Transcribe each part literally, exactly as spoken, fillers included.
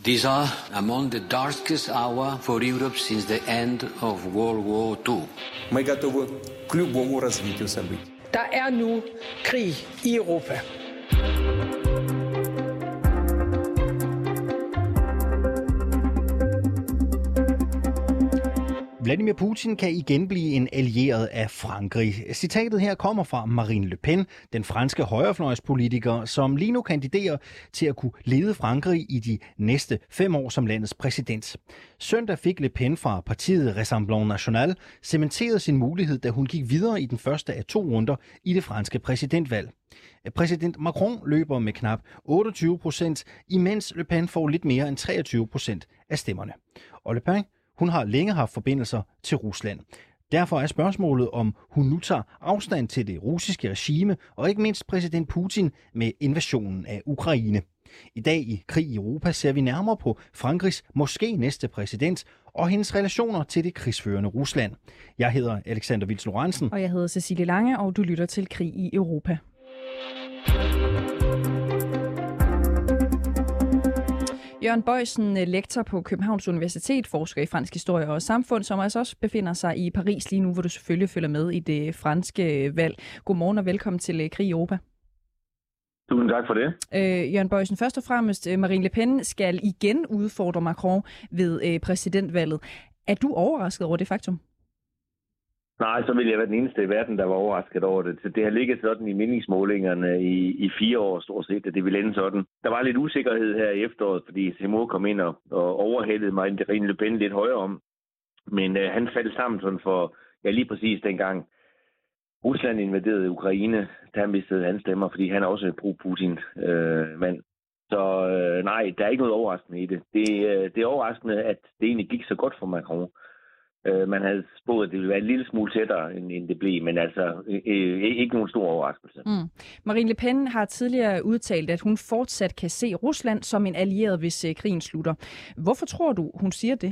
These are among the darkest hours for Europe since the end of World War Two. Мы готовы к любому развитию событий. Der er nu krig i Europa. Vladimir Putin kan igen blive en allieret af Frankrig. Citatet her kommer fra Marine Le Pen, den franske højrefløjspolitiker, som lige nu kandiderer til at kunne lede Frankrig i de næste fem år som landets præsident. Søndag fik Le Pen fra partiet Rassemblement National cementeret sin mulighed, da hun gik videre i den første af to runder i det franske præsidentvalg. Præsident Macron løber med knap otteogtyve procent, imens Le Pen får lidt mere end treogtyve procent af stemmerne. Og Le Pen, hun har længe haft forbindelser til Rusland. Derfor er spørgsmålet, om hun nu tager afstand til det russiske regime, og ikke mindst præsident Putin med invasionen af Ukraine. I dag i Krig i Europa ser vi nærmere på Frankrigs måske næste præsident og hendes relationer til det krigsførende Rusland. Jeg hedder Alexander Vils Lorentzen. Og jeg hedder Cecilie Lange, og du lytter til Krig i Europa. Jørgen Boysen, lektor på Københavns Universitet, forsker i fransk historie og samfund, som altså også befinder sig i Paris lige nu, hvor du selvfølgelig følger med i det franske valg. Godmorgen og velkommen til Krig i Europa. Tusind tak for det. Øh, Jørgen Boysen, først og fremmest, Marine Le Pen skal igen udfordre Macron ved øh, præsidentvalget. Er du overrasket over det faktum? Nej, så ville jeg være den eneste i verden, der var overrasket over det. Så det har ligget sådan i meningsmålingerne i, i fire år stort set, at det ville ende sådan. Der var lidt usikkerhed her i efteråret, fordi Zemmour kom ind og, og overhældede Marine Le Pen lidt højere om. Men øh, han faldt sammen sådan for, ja lige præcis dengang Rusland invaderede Ukraine, der mistede han stemmer, fordi han er også en pro-Putin-mand. Øh, så øh, nej, der er ikke noget overraskende i det. Det, øh, det er overraskende, at det egentlig gik så godt for Macron. Man havde spået, at det ville være en lille smule tættere, end det blev, men altså øh, ikke nogen stor overraskelse. Mm. Marine Le Pen har tidligere udtalt, at hun fortsat kan se Rusland som en allieret, hvis øh, krigen slutter. Hvorfor tror du, hun siger det?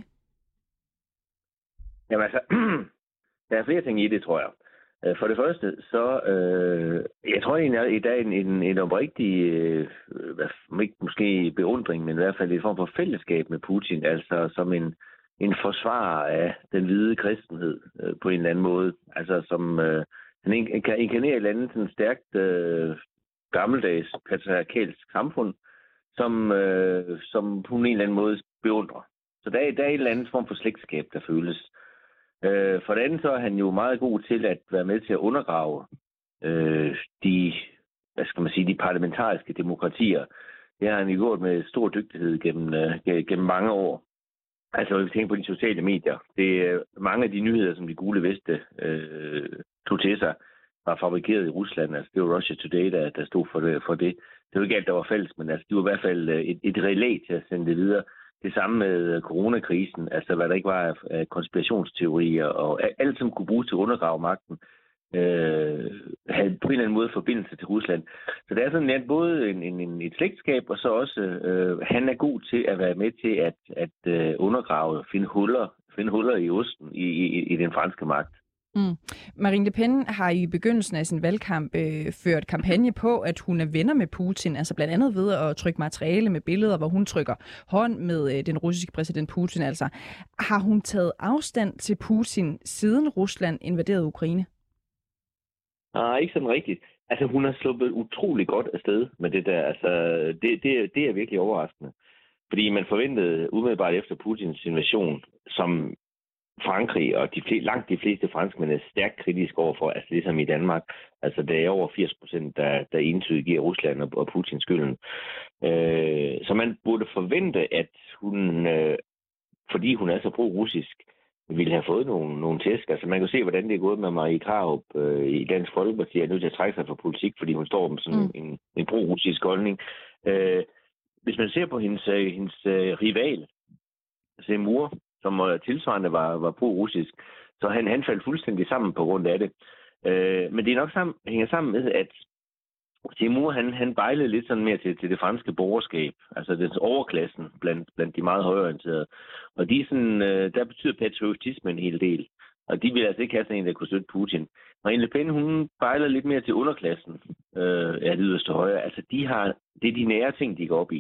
Jamen altså, der er flere ting i det, tror jeg. For det første, så øh, jeg tror egentlig, at i dag en, en, en oprigtig, øh, ikke måske beundring, men i hvert fald en form for fællesskab med Putin, altså som en en forsvarer af den hvide kristenhed øh, på en eller anden måde. Altså som øh, han kan inkarnere et eller andet sådan stærkt øh, gammeldags patriarkalsk samfund, som, øh, som på en eller anden måde beundrer. Så der er, der er en eller anden form for slægtskab, der føles. Øh, for det andet så er han jo meget god til at være med til at undergrave øh, de, hvad skal man sige, de parlamentariske demokratier. Det har han jo gjort med stor dygtighed gennem, øh, gennem mange år. Altså, hvis vi tænker på de sociale medier, det er mange af de nyheder, som de gule veste øh, tog til sig, var fabrikeret i Rusland. Altså, det var Russia Today, der, der stod for det, for det. Det var ikke alt, der var falsk, men altså, det var i hvert fald et, et relæ til at sende det videre. Det samme med coronakrisen, altså hvad der ikke var af konspirationsteorier, og alt, som kunne bruges til at undergrave magten, øh, havde på en eller anden måde forbindelse til Rusland. Så det er sådan lidt både en, en, et slægtskab, og så også, øh, han er god til at være med til at, at øh, undergrave, finde huller, finde huller i osten i, i, i den franske magt. Mm. Marine Le Pen har i begyndelsen af sin valgkamp øh, ført kampagne på, at hun er venner med Putin, altså blandt andet ved at trykke materiale med billeder, hvor hun trykker hånd med øh, den russiske præsident Putin. Altså, har hun taget afstand til Putin, siden Rusland invaderede Ukraine? Nej, ikke sådan rigtigt. Altså, hun har sluppet utrolig godt afsted med det der. Altså, det, det, det er virkelig overraskende. Fordi man forventede umiddelbart efter Putins invasion, som Frankrig og de fleste, langt de fleste franskmænd er stærkt kritiske overfor, altså ligesom i Danmark. Altså, der er over firs procent, der, der entydigt giver Rusland og, og Putin skylden. Øh, så man burde forvente, at hun, øh, fordi hun er så pro-russisk, ville have fået nogle, nogle tæsk. Altså, man kan se, hvordan det er gået med Marie Krarup øh, i Dansk Folkeparti. Er nødt til at trække sig fra politik, fordi hun står med sådan mm. en, en pro-russisk holdning. Øh, hvis man ser på hendes, hendes uh, rival, Zemmour, som tilsvarende var, var pro-russisk, så han, han faldt fuldstændig sammen på grund af det. Øh, men det er nok sammen, hænger sammen med, at Zemmour, han, han bejlede lidt sådan mere til, til det franske borgerskab, altså den overklassen blandt, blandt de meget højreorienterede. Og de sådan, øh, der betyder patriotisme en hel del. Og de ville altså ikke have sådan en, der kunne støtte Putin. Marine Le Pen, hun bejler lidt mere til underklassen øh, af det yderste højre. Altså, de har, det er de nære ting, de går op i.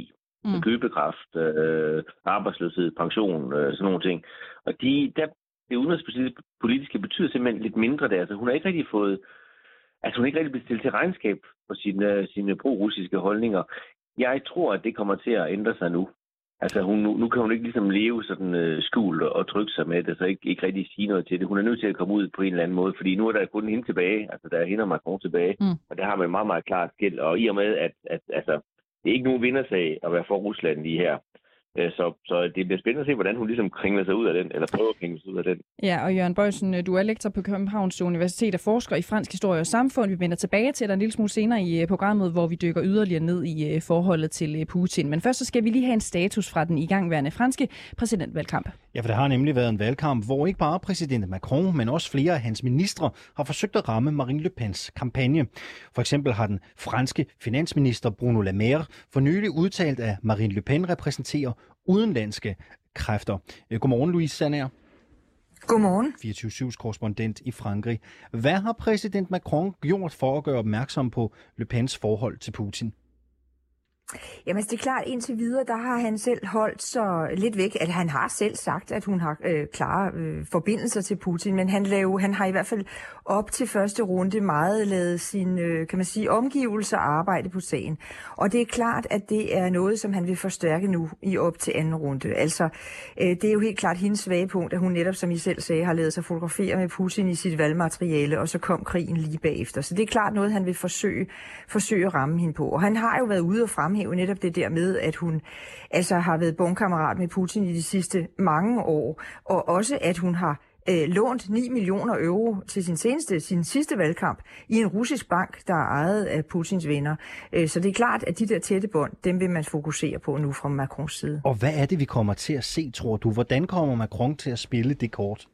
mm. købekraft, øh, arbejdsløshed, pension, øh, sådan nogle ting. Og de, der, det udenrigspolitiske betyder simpelthen lidt mindre der. Altså, hun har ikke rigtig fået, altså hun er ikke rigtig blevet stillet til regnskab for sine, sine pro-russiske holdninger. Jeg tror, at det kommer til at ændre sig nu. Altså, hun, nu, nu kan hun ikke ligesom leve sådan uh, skjult og trykke sig med det, så ikke, ikke rigtig sige noget til det. Hun er nødt til at komme ud på en eller anden måde, fordi nu er der kun hende tilbage. Altså, der er hende og Macron tilbage, mm. og det har man meget, meget klart skilt. Og i og med, at, at altså, det er ikke nogen vindersag at være for Rusland lige her. Så, så det bliver spændende at se, hvordan hun ligesom kringler sig ud af den, eller prøver at kringle sig ud af den. Ja, og Jørgen Boysen, du er lektor på Københavns Universitet og forsker i fransk historie og samfund. Vi vender tilbage til dig en lille smule senere i programmet, hvor vi dykker yderligere ned i forholdet til Putin. Men først så skal vi lige have en status fra den igangværende franske præsidentvalgkamp. Ja, for der har nemlig været en valgkamp, hvor ikke bare præsident Macron, men også flere af hans ministre har forsøgt at ramme Marine Le Pens kampagne. For eksempel har den franske finansminister Bruno Le Maire for nylig udtalt, at Marine Le Pen repræsenterer udenlandske kræfter. Godmorgen, Louise Sandager. Godmorgen. fireogtyve syv's korrespondent i Frankrig. Hvad har præsident Macron gjort for at gøre opmærksom på Le Pens forhold til Putin? Jamen, det er klart, indtil videre, der har han selv holdt sig lidt væk. At han har selv sagt, at hun har øh, klare øh, forbindelser til Putin, men han, laver, han har i hvert fald op til første runde meget lavet sin, øh, kan man sige, omgivelser og arbejde på sagen. Og det er klart, at det er noget, som han vil forstærke nu i op til anden runde. Altså, øh, det er jo helt klart hendes svage punkt, at hun netop, som I selv sagde, har lavet sig fotografere med Putin i sit valgmateriale, og så kom krigen lige bagefter. Så det er klart noget, han vil forsøge, forsøge at ramme hende på. Og han har jo været ude og fremhæve netop det der med, at hun altså har været bondkammerat med Putin i de sidste mange år, og også at hun har øh, lånt ni millioner euro til sin seneste, sin sidste valgkamp i en russisk bank, der er ejet af Putins venner. Øh, så det er klart, at de der tætte bånd, dem vil man fokusere på nu fra Macrons side. Og hvad er det, vi kommer til at se, tror du? Hvordan kommer Macron til at spille det kort?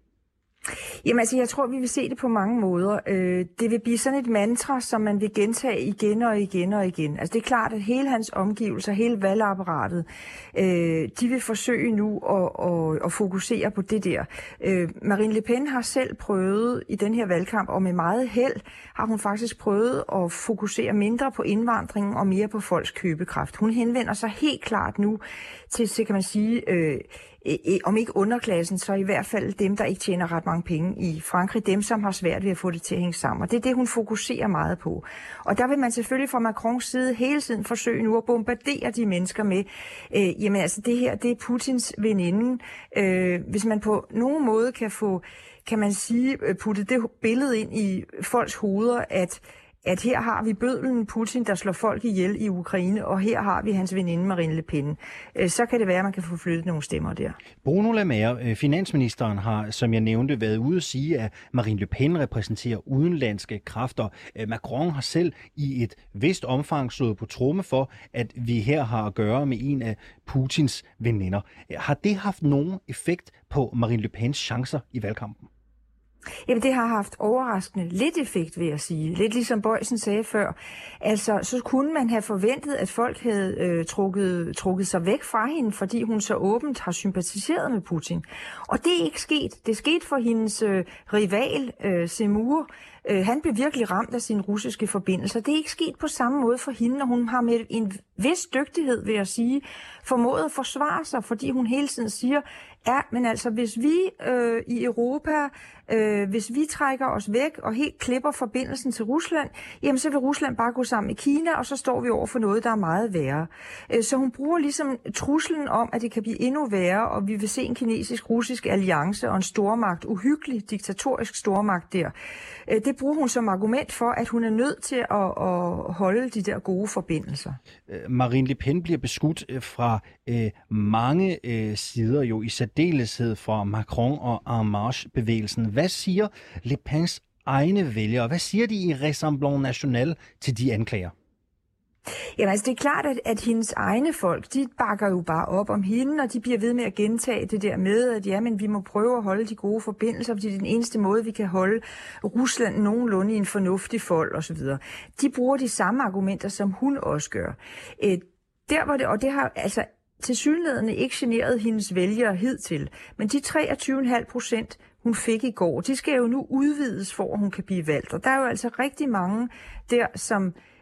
Jamen altså, jeg tror, vi vil se det på mange måder. Øh, det vil blive sådan et mantra, som man vil gentage igen og igen og igen. Altså, det er klart, at hele hans omgivelser, hele valgapparatet, øh, de vil forsøge nu at, at, at fokusere på det der. Øh, Marine Le Pen har selv prøvet i den her valgkamp, og med meget held har hun faktisk prøvet at fokusere mindre på indvandringen og mere på folks købekraft. Hun henvender sig helt klart nu til, så kan man sige, øh, om ikke underklassen, så i hvert fald dem, der ikke tjener ret mange penge i Frankrig, dem, som har svært ved at få det til at hænge sammen. Og det er det, hun fokuserer meget på. Og der vil man selvfølgelig fra Macrons side hele tiden forsøge nu at bombardere de mennesker med, øh, jamen altså det her, det er Putins veninde. Øh, hvis man på nogen måde kan få, kan man sige, putte det billede ind i folks hoveder, at at her har vi bødlen Putin, der slår folk ihjel i Ukraine, og her har vi hans veninde Marine Le Pen. Så kan det være, at man kan få flyttet nogle stemmer der. Bruno Le Maire, finansministeren, har, som jeg nævnte, været ude at sige, at Marine Le Pen repræsenterer udenlandske kræfter. Macron har selv i et vist omfang slået på tromme for, at vi her har at gøre med en af Putins veninder. Har det haft nogen effekt på Marine Le Pens chancer i valgkampen? Jamen, det har haft overraskende lidt effekt, vil jeg sige. Lidt ligesom Boysen sagde før. Altså, så kunne man have forventet, at folk havde øh, trukket, trukket sig væk fra hende, fordi hun så åbent har sympatiseret med Putin. Og det er ikke sket. Det er sket for hendes øh, rival, øh, Zemmour. Øh, han blev virkelig ramt af sine russiske forbindelser. Det er ikke sket på samme måde for hende, og hun har med en vis dygtighed, vil jeg sige, formået at forsvare sig, fordi hun hele tiden siger, ja, men altså, hvis vi øh, i Europa, øh, hvis vi trækker os væk og helt klipper forbindelsen til Rusland, jamen så vil Rusland bare gå sammen med Kina, og så står vi over for noget, der er meget værre. Øh, så hun bruger ligesom truslen om, at det kan blive endnu værre, og vi vil se en kinesisk-russisk alliance og en stormagt, uhyggelig diktatorisk stormagt der. Øh, det bruger hun som argument for, at hun er nødt til at, at holde de der gode forbindelser. Marine Le Pen bliver beskudt fra øh, mange øh, sider, jo i særdeleshed fra Macron og En Marche-bevægelsen. Hvad siger Le Pens egne vælgere? Hvad siger de i Rassemblement National til de anklager? Jamen altså, det er klart, at, at hendes egne folk, de bakker jo bare op om hende, og de bliver ved med at gentage det der med, at ja, men vi må prøve at holde de gode forbindelser, fordi det er den eneste måde, vi kan holde Rusland nogenlunde i en fornuftig fold osv. De bruger de samme argumenter, som hun også gør. Øh, der var det, og det har altså tilsyneladende ikke generet hendes vælgere hidtil, men de treogtyve komma fem procent, hun fik i går, de skal jo nu udvides for, at hun kan blive valgt. Og der er jo altså rigtig mange der, som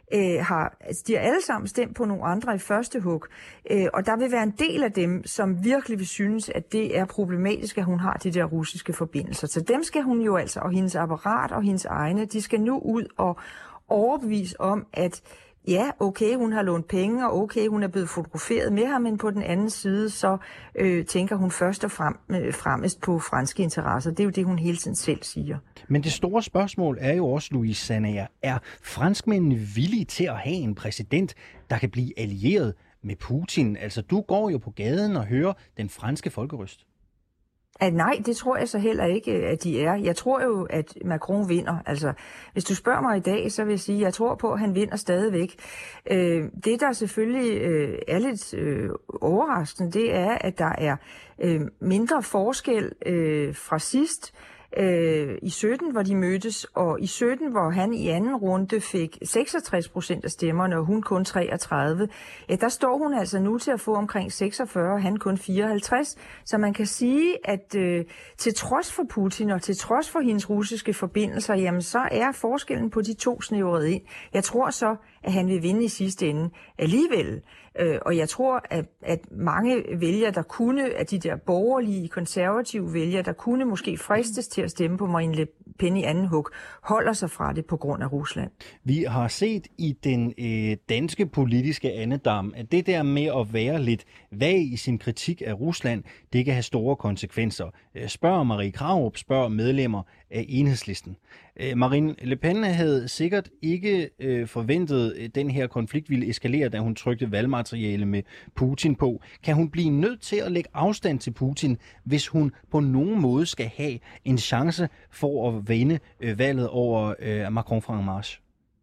øh, har, altså, de har alle sammen stemt på nogle andre i første hug, øh, og der vil være en del af dem, som virkelig vil synes, at det er problematisk, at hun har de der russiske forbindelser. Så dem skal hun jo altså, og hendes apparat og hendes egne, de skal nu ud og overbevise om, at ja, okay, hun har lånt penge, og okay, hun er blevet fotograferet med ham, men på den anden side, så øh, tænker hun først og frem, øh, fremmest på franske interesser. Det er jo det, hun hele tiden selv siger. Men det store spørgsmål er jo også, Louise Sandager, er franskmændene villige til at have en præsident, der kan blive allieret med Putin? Altså, du går jo på gaden og hører den franske folkerøst. At nej, det tror jeg så heller ikke, at de er. Jeg tror jo, at Macron vinder. Altså, hvis du spørger mig i dag, så vil jeg sige, at jeg tror på, at han vinder stadigvæk. Øh, det, der selvfølgelig øh, er lidt øh, overraskende, det er, at der er øh, mindre forskel øh, fra sidst. Øh, i sytten, hvor de mødtes, og i sytten, hvor han i anden runde fik seksogtres procent af stemmerne, og hun kun treogtredive, ja, der står hun altså nu til at få omkring seksogfyrre, og han kun fireoghalvtreds. Så man kan sige, at øh, til trods for Putin, og til trods for hendes russiske forbindelser, jamen så er forskellen på de to snævret ind. Jeg tror så, at han vil vinde i sidste ende alligevel. Øh, og jeg tror, at, at mange vælgere, der kunne, at de der borgerlige, konservative vælgere, der kunne måske fristes til at stemme på Marine Le Pen i anden hug, holder sig fra det på grund af Rusland. Vi har set i den øh, danske politiske andedam, at det der med at være lidt vag i sin kritik af Rusland, det kan have store konsekvenser. Spørg Marie Krarup, spørg medlemmer af Enhedslisten. Marine Le Pen havde sikkert ikke øh, forventet, at den her konflikt ville eskalere, da hun trykte valgmateriale med Putin på. Kan hun blive nødt til at lægge afstand til Putin, hvis hun på nogen måde skal have en chance for at vinde øh, valget over øh, Macron fra En Marche?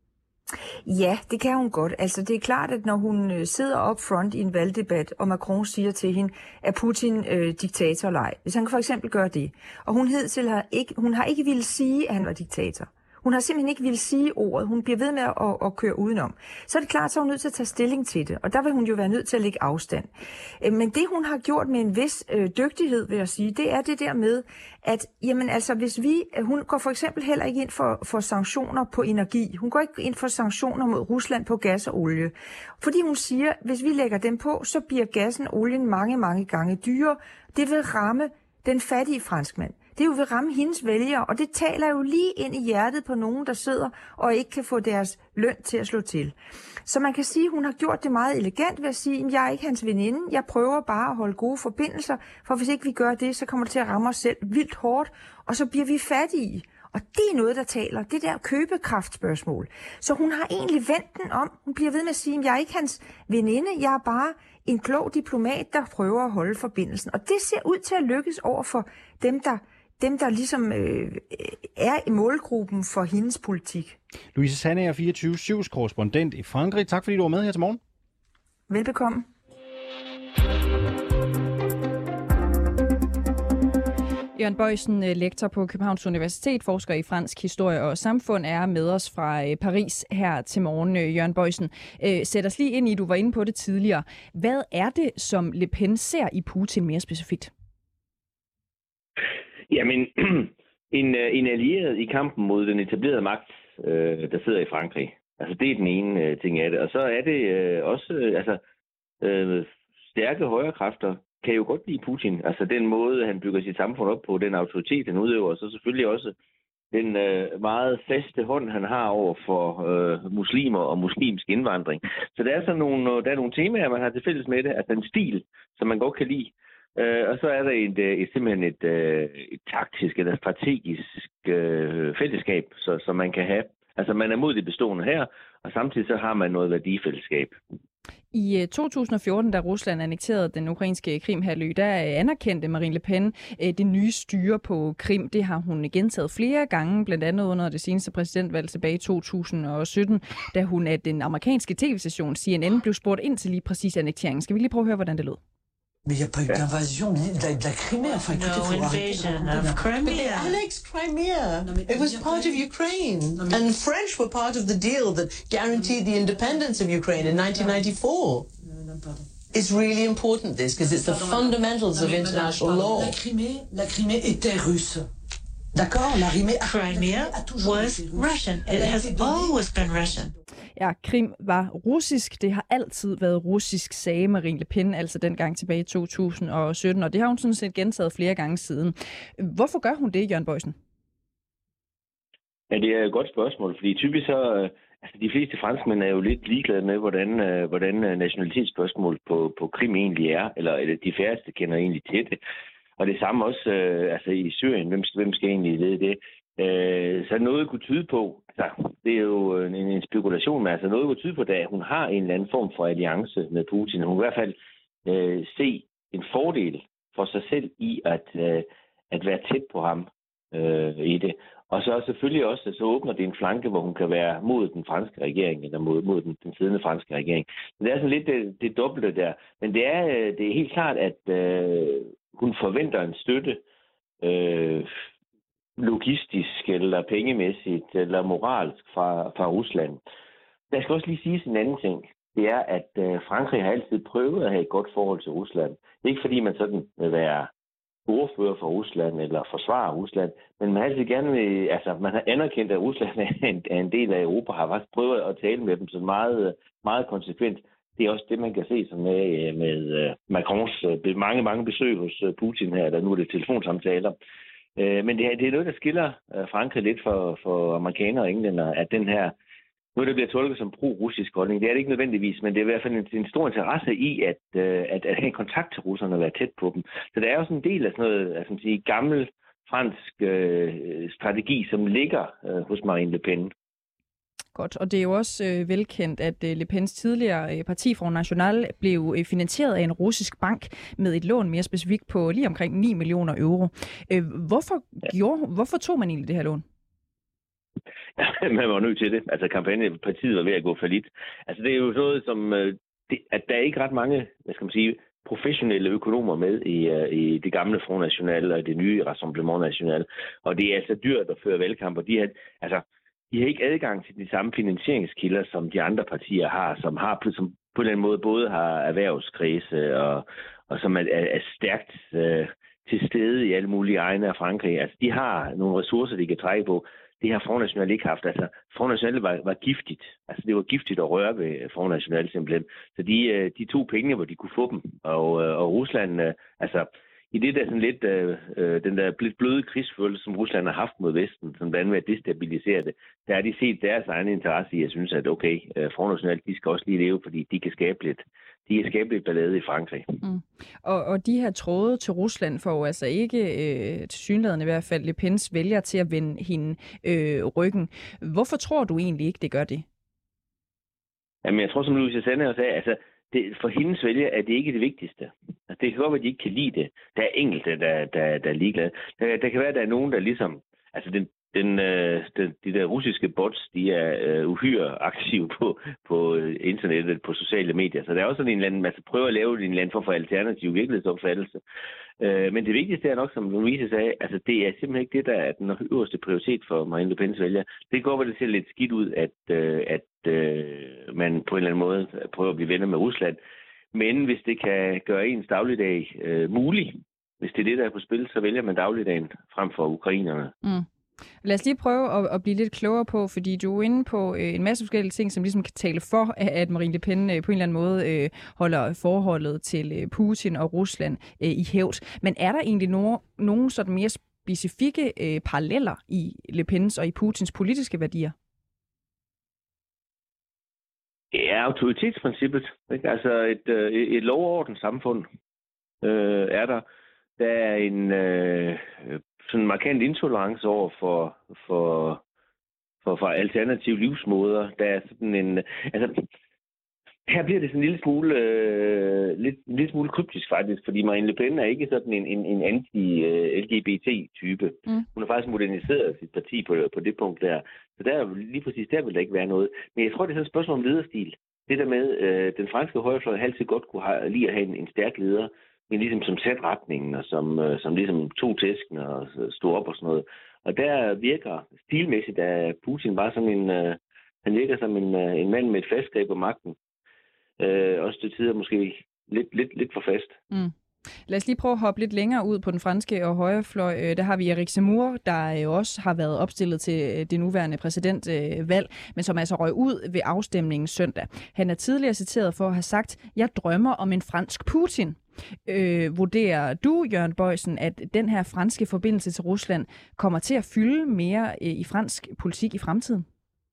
Ja, det kan hun godt. Altså, det er klart, at når hun sidder op front i en valgdebat, og Macron siger til hende, at Putin øh, diktator eller ej. Hvis han for eksempel gør det, og hun hidtil har ikke, hun har ikke ville sige, at han var diktator. Hun har simpelthen ikke ville sige ordet. Hun bliver ved med at, at køre udenom. Så er det klart, så er hun nødt til at tage stilling til det. Og der vil hun jo være nødt til at lægge afstand. Men det, hun har gjort med en vis øh, dygtighed, vil jeg sige, det er det der med, at jamen, altså, hvis vi, hun går for eksempel heller ikke ind for, for sanktioner på energi. Hun går ikke ind for sanktioner mod Rusland på gas og olie. Fordi hun siger, hvis vi lægger dem på, så bliver gassen og olien mange, mange gange dyrere. Det vil ramme den fattige franskmand. Det jo vil ramme hendes vælgere, og det taler jo lige ind i hjertet på nogen, der sidder og ikke kan få deres løn til at slå til. Så man kan sige, at hun har gjort det meget elegant ved at sige, at jeg er ikke hans veninde, jeg prøver bare at holde gode forbindelser, for hvis ikke vi gør det, så kommer det til at ramme os selv vildt hårdt, og så bliver vi fattige. Og det er noget, der taler, det der købekraftspørgsmål. Så hun har egentlig vendt den om. Hun bliver ved med at sige, at jeg er ikke hans veninde, jeg er bare en klog diplomat, der prøver at holde forbindelsen. Og det ser ud til at lykkes over for dem, der Dem, der ligesom øh, er i målgruppen for hendes politik. Louise Sandager, fireogtyve syvs korrespondent i Frankrig. Tak fordi du var med her til morgen. Velbekomme. Jørgen Boysen, lektor på Københavns Universitet, forsker i fransk historie og samfund, er med os fra Paris her til morgen. Jørgen Boysen, sæt os lige ind i, du var inde på det tidligere. Hvad er det, som Le Pen ser i Putin mere specifikt? Jamen, en, en allieret i kampen mod den etablerede magt, øh, der sidder i Frankrig. Altså, det er den ene øh, ting af det. Og så er det øh, også, øh, altså, øh, stærke højre kræfter kan jo godt lide Putin. Altså, den måde, han bygger sit samfund op på, den autoritet, han udøver, og så selvfølgelig også den øh, meget faste hånd, han har over for øh, muslimer og muslimsk indvandring. Så der er sådan nogle, der er nogle temaer, man har til fælles med det, altså en stil, som man godt kan lide. Uh, og så er der et, et, simpelthen et, uh, et taktisk eller strategisk uh, fællesskab, så, som man kan have. Altså man er mod det bestående her, og samtidig så har man noget værdifællesskab. I to tusind og fjorten, da Rusland annekterede den ukrainske Krimhalvø, der anerkendte Marine Le Pen det nye styre på Krim. Det har hun gentaget flere gange, blandt andet under det seneste præsidentvalg tilbage i to tusind og sytten, da hun af den amerikanske tv-station C N N blev spurgt ind til lige præcis annekteringen. Skal vi lige prøve at høre, hvordan det lød? Mais il n'y a pas eu d'invasion de, de, de la Crimée. Enfin, écoutez, no invasion of Crimea. They annexed Crimea. No, it was part of Ukraine. No, and the French were part of the deal that guaranteed the independence of Ukraine in nineteen ninety-four. No, no, pardon. It's really important, this, because it's the fundamentals of international law. La Crimée, la Crimée était russe. D'accord, la Crimea was Russian. It has always been Russian. Ja, Krim var russisk. Det har altid været russisk, sagde Marine Le Pen, altså dengang tilbage i to tusind og sytten, og det har hun sådan set gentaget flere gange siden. Hvorfor gør hun det, Jørgen Boysen? Ja, det er et godt spørgsmål, fordi typisk så, altså de fleste franskmænd er jo lidt ligeglade med, hvordan, hvordan nationalitetsspørgsmål på, på Krim egentlig er, eller, eller de færreste kender egentlig til det. Og det samme også øh, altså i Syrien, hvem, hvem skal egentlig lede det? Øh, så noget kunne tyde på, altså, det er jo en, en spekulation, men altså noget kunne tyde på, at hun har en eller anden form for alliance med Putin. Hun vil i hvert fald øh, se en fordel for sig selv i at, øh, at være tæt på ham øh, i det. Og så selvfølgelig også, så åbner det en flanke, hvor hun kan være mod den franske regering, eller mod, mod den, den siddende franske regering. Så det er sådan lidt det, det dobbelte der. Men det er, det er helt klart, at øh, hun forventer en støtte, øh, logistisk, eller pengemæssigt, eller moralsk fra, fra Rusland. Der skal også lige siges en anden ting. Det er, at øh, Frankrig har altid prøvet at have et godt forhold til Rusland. Ikke fordi man sådan vil være ordfører for Rusland eller forsvare Rusland, men man har altid gerne vil, altså man har anerkendt, at Rusland er en, er en del af Europa, har faktisk prøvet at tale med dem så meget, meget konsekvent. Det er også det, man kan se som med, med Macrons mange, mange besøg hos Putin her, der nu er det telefonsamtaler. Men det er, det er noget, der skiller Frankrig lidt for, for amerikanere og englænder, at den her, noget, der bliver tolket som pro-russisk holdning, det er det ikke nødvendigvis, men det er i hvert fald en, en stor interesse i at, at, at have kontakt til russerne og være tæt på dem. Så der er også en del af sådan noget, altså sige, gammel fransk øh, strategi, som ligger øh, hos Marine Le Pen. Godt, og det er jo også øh, velkendt, at øh, Le Pens tidligere øh, parti Front National blev øh, finansieret af en russisk bank med et lån mere specifikt på lige omkring ni millioner euro. Øh, hvorfor, ja. gjorde, hvorfor tog man egentlig det her lån? Man var nødt til det. Altså kampagnepartiet var ved at gå fallit. Altså det er jo noget som, det, at der er ikke ret mange, hvad skal man sige, professionelle økonomer med i, i det gamle Front National og det nye Rassemblement National. Og det er altså dyrt at føre valgkamp, og de har, altså, de har ikke adgang til de samme finansieringskilder, som de andre partier har, som har som på den måde både har erhvervskrise og, og som er, er stærkt øh, til stede i alle mulige egne af Frankrig. Altså de har nogle ressourcer, de kan trække på. Det har Front National ikke haft. Altså, Front National var, var giftigt. Altså, det var giftigt at røre ved Front National simpelthen. Så de, de tog penge, hvor de kunne få dem. Og, og Rusland, altså, i det der sådan lidt, øh, den der lidt bløde krigsfølelse, som Rusland har haft mod Vesten, som blandt andet med at destabilisere det, der har de set deres egen interesse i at synes, at okay, Front National, de skal også lige leve, fordi de kan skabe lidt, de kan skabe lidt ballade i Frankrig. Mm. Og, og de her tråde til Rusland får jo altså ikke, øh, til synligheden i hvert fald, Le Pens vælger til at vende hende øh, ryggen. Hvorfor tror du egentlig ikke, det gør det? Jamen, jeg tror, som Louise Sande også sagde, altså, det, for hendes vælger er det ikke det vigtigste. Altså, det kan godt være, at de ikke kan lide det. Der er enkelte, der, der, der er ligeglade. Der, der kan være, at der er nogen, der ligesom, altså den, Den, den, de der russiske bots, de er uh, uhyre aktive på, på internettet, på sociale medier. Så der er også sådan en eller anden, man prøver at lave en eller anden form for alternativ virkelighedsopfattelse. Uh, men det vigtigste er nok, som Louise sagde, altså det er simpelthen ikke det, der er den øverste prioritet for Marine Le Pens vælger. Det går, hvor det ser lidt skidt ud, at, uh, at uh, man på en eller anden måde prøver at blive venner med Rusland. Men hvis det kan gøre ens dagligdag uh, mulig, hvis det er det, der er på spil, så vælger man dagligdagen frem for ukrainerne. Mm. Lad os lige prøve at, at blive lidt klogere på, fordi du er inde på øh, en masse forskellige ting, som ligesom kan tale for, at Marine Le Pen øh, på en eller anden måde øh, holder forholdet til øh, Putin og Rusland øh, i hævd. Men er der egentlig nogen, nogen sådan mere specifikke øh, paralleller i Le Pens og i Putins politiske værdier? Ja, autoritetsprincippet. Ikke? Altså et, øh, et lovorden samfund øh, er der. Der er en øh, sådan en markant intolerance over for, for, for, for alternative livsmåder. Der er sådan en, altså, her bliver det sådan en lille smule, øh, lidt, en lille smule kryptisk faktisk, fordi Marine Le Pen er ikke sådan en, en, en anti-L G B T-type. Mm. Hun har faktisk moderniseret sit parti på, på det punkt der. Så der, lige præcis der vil der ikke være noget. Men jeg tror, det er sådan et spørgsmål om lederstil. Det der med, øh, den franske højrefløj altid godt kunne have, lige at have en, en stærk leder, men ligesom som satte retningen, og som, øh, som ligesom tog tæsken og stod op og sådan noget. Og der virker stilmæssigt, at Putin var sådan en, øh, han virker som en, øh, en mand med et fast greb på magten. Øh, også til tider måske lidt, lidt, lidt for fast. Mm. Lad os lige prøve at hoppe lidt længere ud på den franske og højrefløj. Der har vi Eric Zemmour, der jo også har været opstillet til det nuværende præsidentvalg, men som altså røg ud ved afstemningen søndag. Han er tidligere citeret for at have sagt, jeg drømmer om en fransk Putin. Øh, vurderer du, Jørgen Boysen, at den her franske forbindelse til Rusland kommer til at fylde mere øh, i fransk politik i fremtiden?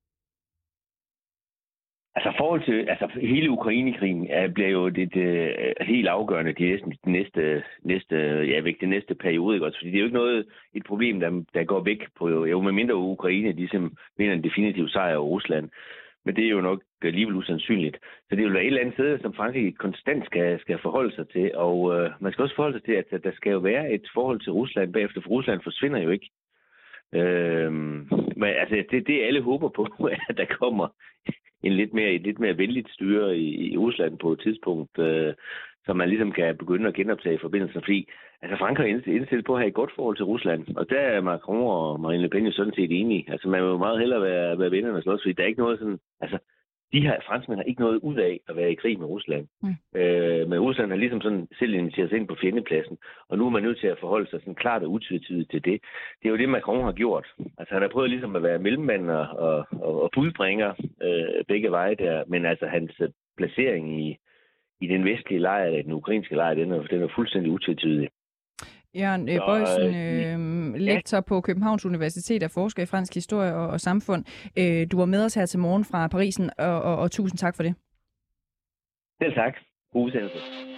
Altså forhold til altså hele Ukrainekrigen er, bliver jo det, det helt afgørende de næste, de næste, næste, ja, væk, det næste periode. Ikke? Fordi det er jo ikke noget, et problem, der, der går væk på jo med mindre Ukraine, de som vinder en definitiv sejr over Rusland. Men det er jo nok alligevel usandsynligt. Så det vil være et eller andet sted, som Frankrig konstant skal, skal forholde sig til. Og øh, man skal også forholde sig til, at der skal jo være et forhold til Rusland bagefter, for Rusland forsvinder jo ikke. Øh, men altså, det, det alle håber på, at der kommer en lidt mere, et lidt mere venligt styre i, i Rusland på et tidspunkt, øh, så man ligesom kan begynde at genoptage forbindelsen. Fordi altså Frankrig er indstillet på at have et godt forhold til Rusland, og der er Macron og Marine Le Pen jo sådan set enige. Altså man vil jo meget hellere være, være venner og slås, fordi der er ikke noget sådan, altså de her franskmænd har ikke noget ud af at være i krig med Rusland. Mm. Øh, men Rusland har ligesom sådan selv inviteret sig ind på fjendepladsen, og nu er man nødt til at forholde sig sådan klart og utvetydigt til det. Det er jo det, Macron har gjort. Altså han har prøvet ligesom at være mellemmand og, og, og budbringer øh, begge veje der, men altså hans placering i, i den vestlige lejr, eller den ukrainske lejr, den er, den er fuldstændig utvetydig. Jørgen øh, Boysen, øh, lektor på Københavns Universitet og forsker i fransk historie og, og samfund. Øh, du var med os her til morgen fra Parisen, og, og, og tusind tak for det. Selv tak. God udsendelse.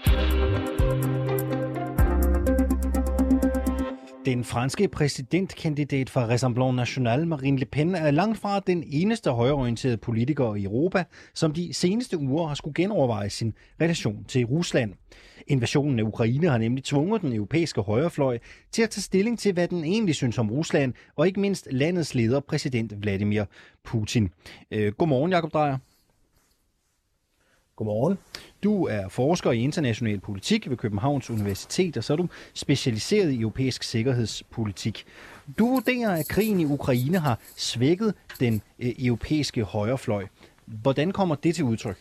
Den franske præsidentkandidat fra Rassemblement National, Marine Le Pen, er langt fra den eneste højreorienterede politiker i Europa, som de seneste uger har skulle genoverveje sin relation til Rusland. Invasionen af Ukraine har nemlig tvunget den europæiske højrefløj til at tage stilling til, hvad den egentlig synes om Rusland, og ikke mindst landets leder, præsident Vladimir Putin. Øh, godmorgen, Jakob Drejer. Godmorgen. Du er forsker i international politik ved Københavns Universitet, og så er du specialiseret i europæisk sikkerhedspolitik. Du vurderer, at krigen i Ukraine har svækket den øh, europæiske højrefløj. Hvordan kommer det til udtryk?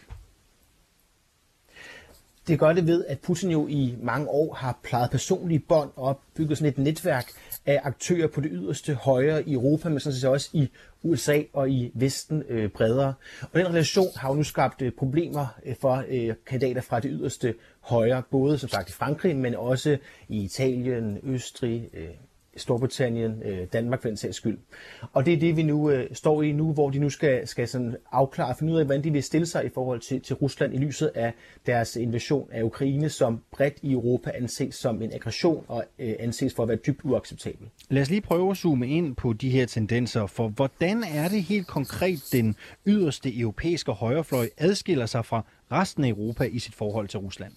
Det gør det ved, at Putin jo i mange år har plejet personlige bånd og bygget sådan et netværk af aktører på det yderste højre i Europa, men sådan set også i U S A og i Vesten øh, bredere. Og den relation har jo nu skabt øh, problemer øh, for øh, kandidater fra det yderste højre, både som sagt i Frankrig, men også i Italien, Østrig, øh, Storbritannien, Danmark for den sags skyld. Og det er det, vi nu øh, står i nu, hvor de nu skal, skal sådan afklare og finde ud af, hvordan de vil stille sig i forhold til, til Rusland i lyset af deres invasion af Ukraine, som bredt i Europa anses som en aggression og øh, anses for at være dybt uacceptabel. Lad os lige prøve at zoome ind på de her tendenser, for hvordan er det helt konkret, den yderste europæiske højrefløj adskiller sig fra resten af Europa i sit forhold til Rusland?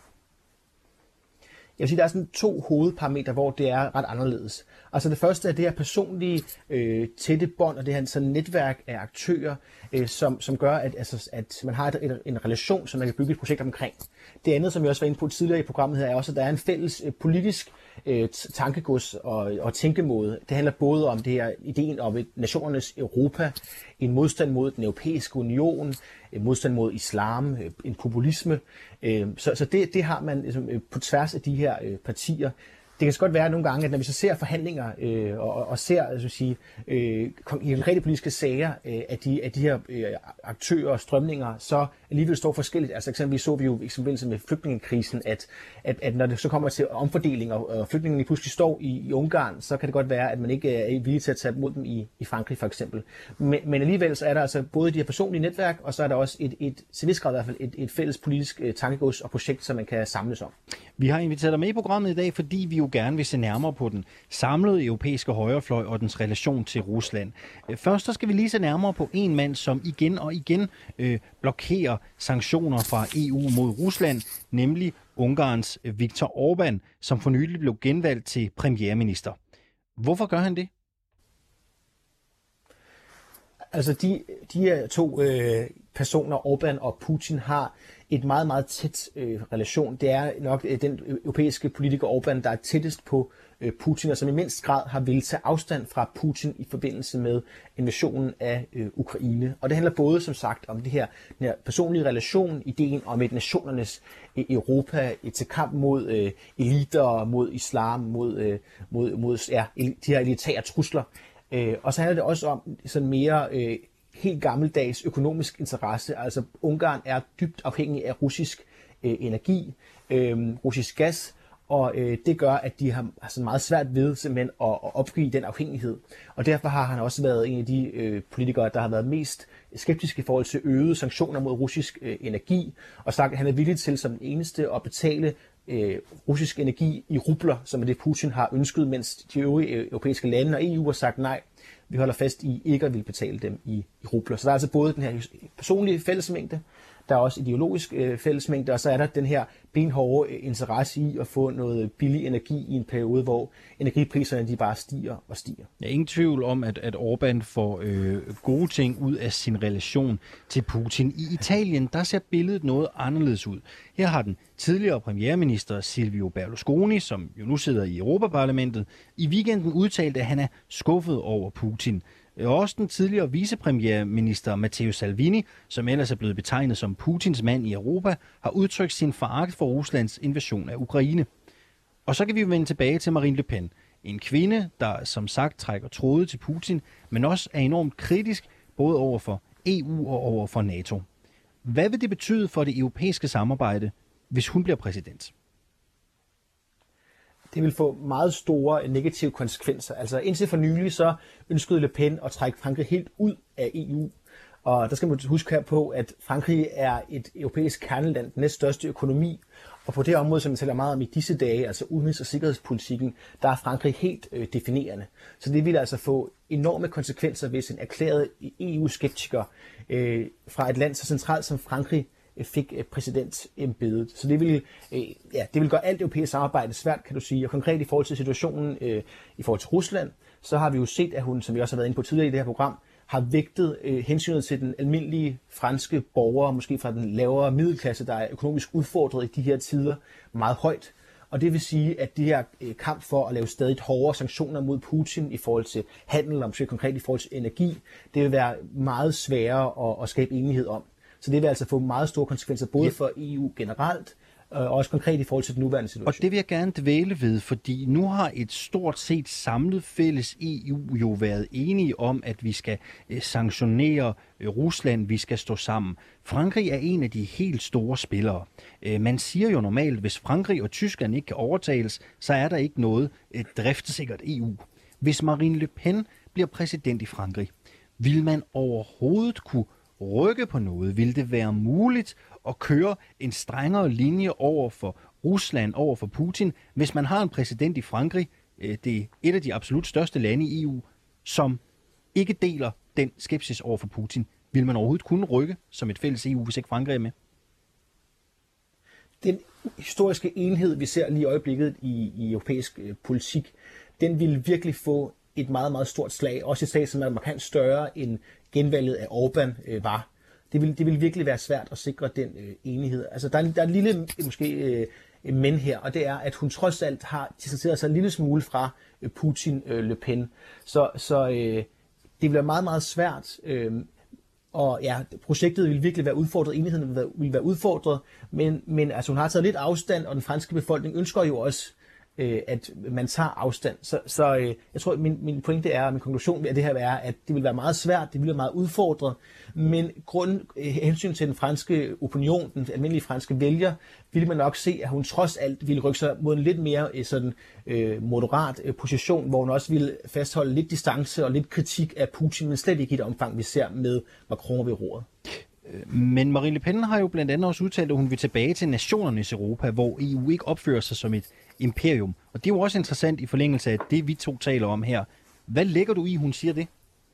Jeg vil sige, der er sådan to hovedparametre, hvor det er ret anderledes. Altså det første er det her personlige øh, tætte bånd, og det her sådan netværk af aktører, øh, som, som gør, at, altså, at man har et, et, en relation, som man kan bygge et projekt omkring. Det andet, som jeg også var inde på tidligere i programmet her, er også, at der er en fælles øh, politisk øh, tankegods og, og tænkemåde. Det handler både om det her ideen om et nationernes Europa, en modstand mod den europæiske union, en modstand mod islam, en populisme. Så, så det, det har man ligesom på tværs af de her partier. Det kan så godt være nogle gange, at når vi så ser forhandlinger øh, og, og ser altså sige, øh, i konkrete politiske sager øh, af, de, af de her øh, aktører og strømninger, så alligevel står forskelligt. Altså eksempelvis så vi jo i forbindelse med flygtningekrisen, at, at, at når det så kommer til omfordeling, og, og flygtningene pludselig står i, i Ungarn, så kan det godt være, at man ikke er villig til at tage imod dem i, i Frankrig for eksempel. Men, men alligevel så er der altså både de her personlige netværk, og så er der også et, et, til vis grad i hvert fald et, et fælles politisk øh, tankegods og projekt, som man kan samles om. Vi har inviteret dig med i programmet i dag, fordi vi jo gerne vil se nærmere på den samlede europæiske højrefløj og dens relation til Rusland. Først så skal vi lige se nærmere på en mand, som igen og igen øh, blokerer sanktioner fra E U mod Rusland, nemlig Ungarns Viktor Orbán, som for nylig blev genvalgt til premierminister. Hvorfor gør han det? Altså de, de her to øh, personer, Orbán og Putin, har et meget, meget tæt øh, relation. Det er nok øh, den europæiske politiker Orbán, der er tættest på øh, Putin, og som i mindst grad har ville tage afstand fra Putin i forbindelse med invasionen af øh, Ukraine. Og det handler både, som sagt, om det her, den her personlige relation, ideen om et nationernes øh, Europa, et til kamp mod øh, eliter, mod islam, mod, øh, mod, mod ja, de her elitære trusler. Øh, og så handler det også om sådan mere øh, helt gammeldags økonomisk interesse. Altså Ungarn er dybt afhængig af russisk øh, energi, øh, russisk gas, og øh, det gør, at de har altså meget svært ved simpelthen at, at opgive den afhængighed. Og derfor har han også været en af de øh, politikere, der har været mest skeptiske i forhold til øgede sanktioner mod russisk øh, energi, og sagt, at han er villig til som den eneste at betale øh, russisk energi i rubler, som er det Putin har ønsket, mens de øvrige europæiske lande og E U har sagt nej, vi holder fast i ikke at ville betale dem i, i rubler. Så der er altså både den her personlige fællesmængde, der er også ideologisk øh, fællesmængde, og så er der den her benhårde øh, interesse i at få noget billig energi i en periode, hvor energipriserne de bare stiger og stiger. Der er ingen tvivl om, at, at Orbán får øh, gode ting ud af sin relation til Putin. I Italien, der ser billedet noget anderledes ud. Her har den tidligere premierminister Silvio Berlusconi, som jo nu sidder i Europaparlamentet, i weekenden udtalt, at han er skuffet over Putin. Også den tidligere vicepremierminister Matteo Salvini, som ellers er blevet betegnet som Putins mand i Europa, har udtrykt sin foragt for Ruslands invasion af Ukraine. Og så kan vi vende tilbage til Marine Le Pen. En kvinde, der som sagt trækker tråde til Putin, men også er enormt kritisk både over for E U og over for NATO. Hvad vil det betyde for det europæiske samarbejde, hvis hun bliver præsident? Det vil få meget store negative konsekvenser. Altså indtil for nylig så ønskede Le Pen at trække Frankrig helt ud af E U. Og der skal man huske her på, at Frankrig er et europæisk kerneland, den næststørste økonomi. Og på det område, som vi taler meget om i disse dage, altså udenrigs- og sikkerhedspolitikken, der er Frankrig helt øh, definerende. Så det vil altså få enorme konsekvenser, hvis en erklæret E U-skeptiker øh, fra et land så centralt som Frankrig fik præsidentembedet. Så det vil, øh, ja, det vil gøre alt europæisk samarbejde svært, kan du sige. Og konkret i forhold til situationen øh, i forhold til Rusland, så har vi jo set, at hun, som vi også har været inde på tidligere i det her program, har vægtet øh, hensynet til den almindelige franske borger, måske fra den lavere middelklasse, der er økonomisk udfordret i de her tider, meget højt. Og det vil sige, at det her øh, kamp for at lave stadig hårdere sanktioner mod Putin i forhold til handel, og måske konkret i forhold til energi, det vil være meget sværere at, at skabe enighed om. Så det vil altså få meget store konsekvenser, både ja. for E U generelt, og også konkret i forhold til den nuværende situation. Og det vil jeg gerne dvæle ved, fordi nu har et stort set samlet fælles E U jo været enige om, at vi skal sanktionere Rusland, vi skal stå sammen. Frankrig er en af de helt store spillere. Man siger jo normalt, at hvis Frankrig og Tyskland ikke kan overtales, så er der ikke noget driftsikkert E U. Hvis Marine Le Pen bliver præsident i Frankrig, vil man overhovedet kunne rykke på noget? Vil det være muligt at køre en strengere linje over for Rusland, over for Putin, hvis man har en præsident i Frankrig, det er et af de absolut største lande i E U, som ikke deler den skepsis over for Putin? Vil man overhovedet kunne rykke som et fælles E U, hvis ikke Frankrig er med? Den historiske enhed, vi ser lige i øjeblikket i, i europæisk øh, politik, den vil virkelig få et meget, meget stort slag. Også et slag, som er markant større end genvalget af Orbán øh, var. Det vil, det vil virkelig være svært at sikre den øh, enighed. Altså, der er, der er en lille måske øh, men her, og det er, at hun trods alt har distanceret sig en lille smule fra øh, Putin øh, Le Pen. Så, så øh, det bliver meget, meget svært. Øh, og ja, projektet vil virkelig være udfordret, enigheden vil være, vil være udfordret, men, men altså, hun har taget lidt afstand, og den franske befolkning ønsker jo også, at man tager afstand. Så, så øh, jeg tror, min, min pointe er, min konklusion af det her er, at det vil være meget svært, det vil være meget udfordret, men grund øh, hensyn til den franske opinion, den almindelige franske vælger, ville man nok se, at hun trods alt ville rykke sig mod en lidt mere øh, sådan, øh, moderat øh, position, hvor hun også ville fastholde lidt distance og lidt kritik af Putin, men slet ikke i det omfang, vi ser med Macron ved roret. Men Marine Le Pen har jo blandt andet også udtalt, at hun vil tilbage til nationernes Europa, hvor E U ikke opfører sig som et imperium. Og det er jo også interessant i forlængelse af det, vi to taler om her. Hvad lægger du i, hun siger det?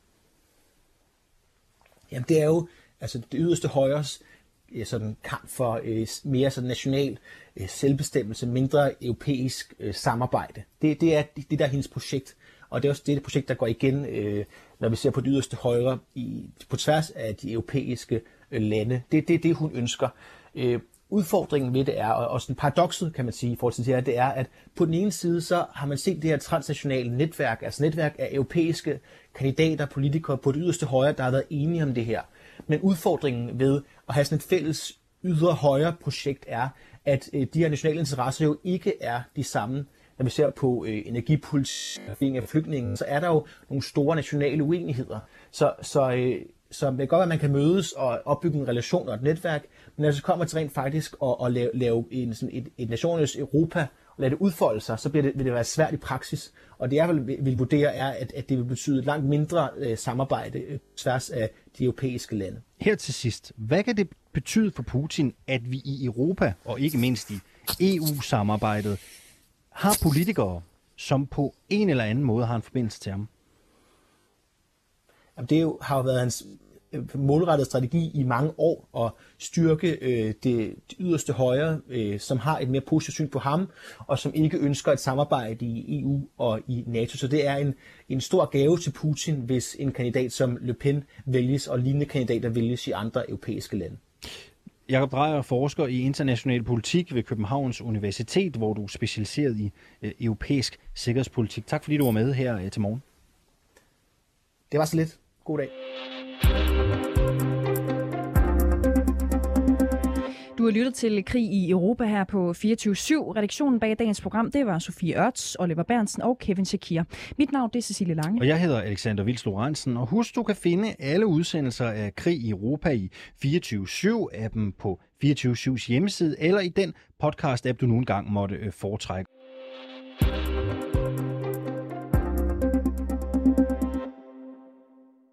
Jamen det er jo altså det yderste højres sådan kamp for øh, mere sådan national øh, selvbestemmelse, mindre europæisk øh, samarbejde. Det, det er det der er hendes projekt. Og det er også det, det projekt, der går igen, øh, når vi ser på det yderste højre i, på tværs af de europæiske øh, lande. Det er det, det, hun ønsker. Øh, udfordringen ved det er, og også en paradokset, kan man sige, i forhold til det her, det er, at på den ene side, så har man set det her transnationale netværk, altså netværk af europæiske kandidater, politikere på det yderste højre, der har været enige om det her. Men udfordringen ved at have sådan et fælles ydre højre projekt er, at øh, de her nationale interesser jo ikke er de samme. Når vi ser på øh, energipolitik af flygtninge, så er der jo nogle store nationale uenigheder. Så, så, øh, så det kan godt være, at man kan mødes og opbygge en relation og et netværk, men når det så kommer til rent faktisk at, at lave, lave en, sådan et, et nationernes Europa og lade det udfolde sig, så bliver det, vil det være svært i praksis. Og det jeg vil, vil vurdere er, at, at det vil betyde et langt mindre øh, samarbejde øh, tværs af de europæiske lande. Her til sidst, hvad kan det betyde for Putin, at vi i Europa, og ikke mindst i E U-samarbejdet, har politikere, som på en eller anden måde har en forbindelse til ham? Jamen, det jo, har jo været hans målrettede strategi i mange år at styrke øh, det, det yderste højre, øh, som har et mere positivt syn på ham, og som ikke ønsker et samarbejde i E U og i NATO. Så det er en, en stor gave til Putin, hvis en kandidat som Le Pen vælges, og lignende kandidater vælges i andre europæiske lande. Jakob Drejer, forsker i international politik ved Københavns Universitet, hvor du er specialiseret i øh, europæisk sikkerhedspolitik. Tak fordi du var med her øh, til morgen. Det var så lidt. God dag. Du har lyttet til Krig i Europa her på fireogtyve syv. Redaktionen bag dagens program, det var Sofie Ørts, Oliver Bernsen og Kevin Shakir. Mit navn det er Cecilie Lange. Og jeg hedder Alexander Vils Lorentzen. Og husk, du kan finde alle udsendelser af Krig i Europa i fireogtyve syv-appen på fireogtyve syvs hjemmeside, eller i den podcast-app, du nogle gange måtte foretrække.